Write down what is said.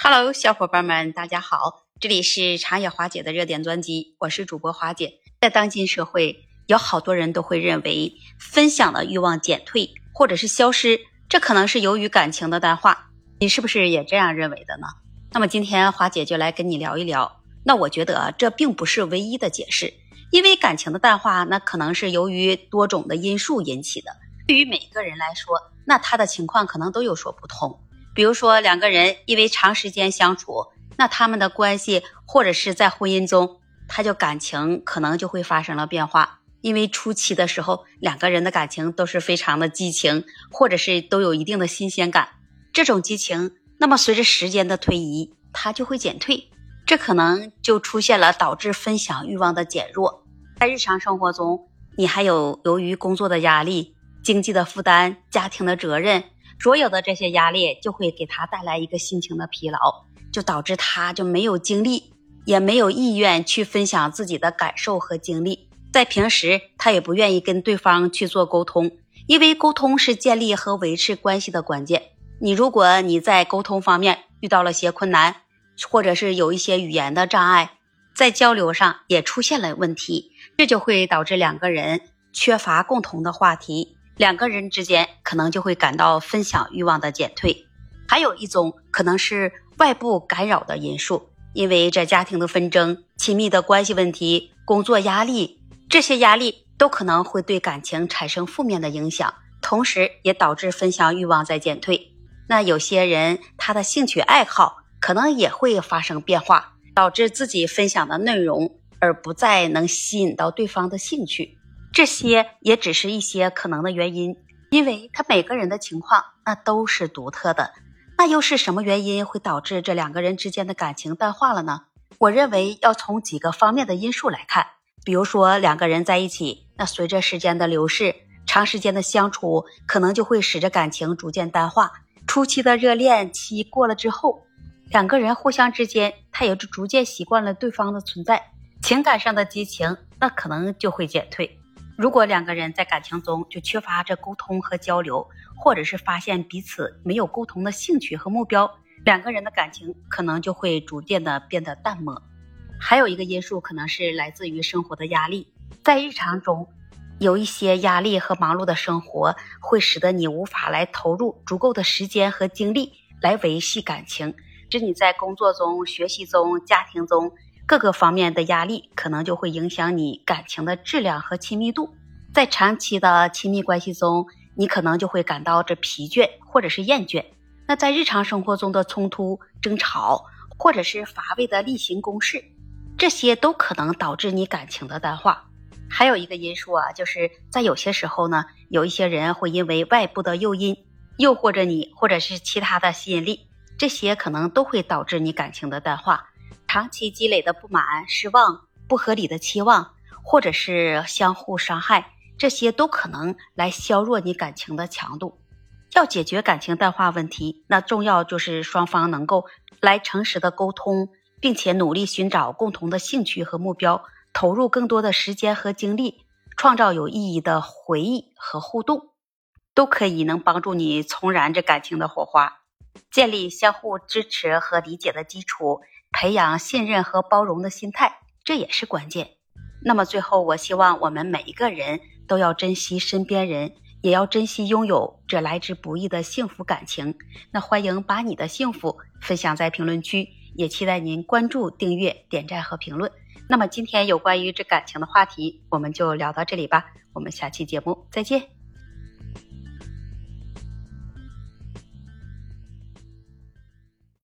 Hello， 小伙伴们，大家好，这里是长野华姐的热点专辑，我是主播华姐。在当今社会，有好多人都会认为分享的欲望减退或者是消失，这可能是由于感情的淡化。你是不是也这样认为的呢？那么今天华姐就来跟你聊一聊。那我觉得这并不是唯一的解释，因为感情的淡化那可能是由于多种的因素引起的。对于每个人来说，那他的情况可能都有所不同。比如说两个人因为长时间相处，那他们的关系或者是在婚姻中，他就感情可能就会发生了变化。因为初期的时候，两个人的感情都是非常的激情，或者是都有一定的新鲜感。这种激情，那么随着时间的推移，它就会减退，这可能就出现了导致分享欲望的减弱。在日常生活中，你还有由于工作的压力、经济的负担、家庭的责任，所有的这些压力就会给他带来一个心情的疲劳，就导致他就没有精力，也没有意愿去分享自己的感受和经历。在平时他也不愿意跟对方去做沟通，因为沟通是建立和维持关系的关键。如果你在沟通方面遇到了些困难，或者是有一些语言的障碍，在交流上也出现了问题，这就会导致两个人缺乏共同的话题，两个人之间可能就会感到分享欲望的减退。还有一种可能是外部干扰的因素，因为这家庭的纷争、亲密的关系问题、工作压力，这些压力都可能会对感情产生负面的影响，同时也导致分享欲望在减退。那有些人他的兴趣爱好可能也会发生变化，导致自己分享的内容而不再能吸引到对方的兴趣。这些也只是一些可能的原因，因为他每个人的情况那都是独特的。那又是什么原因会导致这两个人之间的感情淡化了呢？我认为要从几个方面的因素来看。比如说两个人在一起，那随着时间的流逝，长时间的相处可能就会使得感情逐渐淡化。初期的热恋期过了之后，两个人互相之间他也就逐渐习惯了对方的存在，情感上的激情那可能就会减退。如果两个人在感情中就缺乏着沟通和交流，或者是发现彼此没有共同的兴趣和目标，两个人的感情可能就会逐渐的变得淡漠。还有一个因素可能是来自于生活的压力，在日常中有一些压力和忙碌的生活会使得你无法来投入足够的时间和精力来维系感情，这你在工作中、学习中、家庭中各个方面的压力可能就会影响你感情的质量和亲密度。在长期的亲密关系中，你可能就会感到这疲倦或者是厌倦。那在日常生活中的冲突、争吵或者是乏味的例行公事，这些都可能导致你感情的淡化。还有一个因素就是在有些时候呢，有一些人会因为外部的诱因诱惑着你，或者是其他的吸引力，这些可能都会导致你感情的淡化。长期积累的不满、失望、不合理的期望，或者是相互伤害，这些都可能来削弱你感情的强度。要解决感情淡化问题，那重要就是双方能够来诚实的沟通，并且努力寻找共同的兴趣和目标，投入更多的时间和精力，创造有意义的回忆和互动，都可以能帮助你重燃这感情的火花，建立相互支持和理解的基础，培养信任和包容的心态，这也是关键。那么最后，我希望我们每一个人都要珍惜身边人，也要珍惜拥有这来之不易的幸福感情。那欢迎把你的幸福分享在评论区，也期待您关注、订阅、点赞和评论。那么今天有关于这感情的话题，我们就聊到这里吧，我们下期节目再见。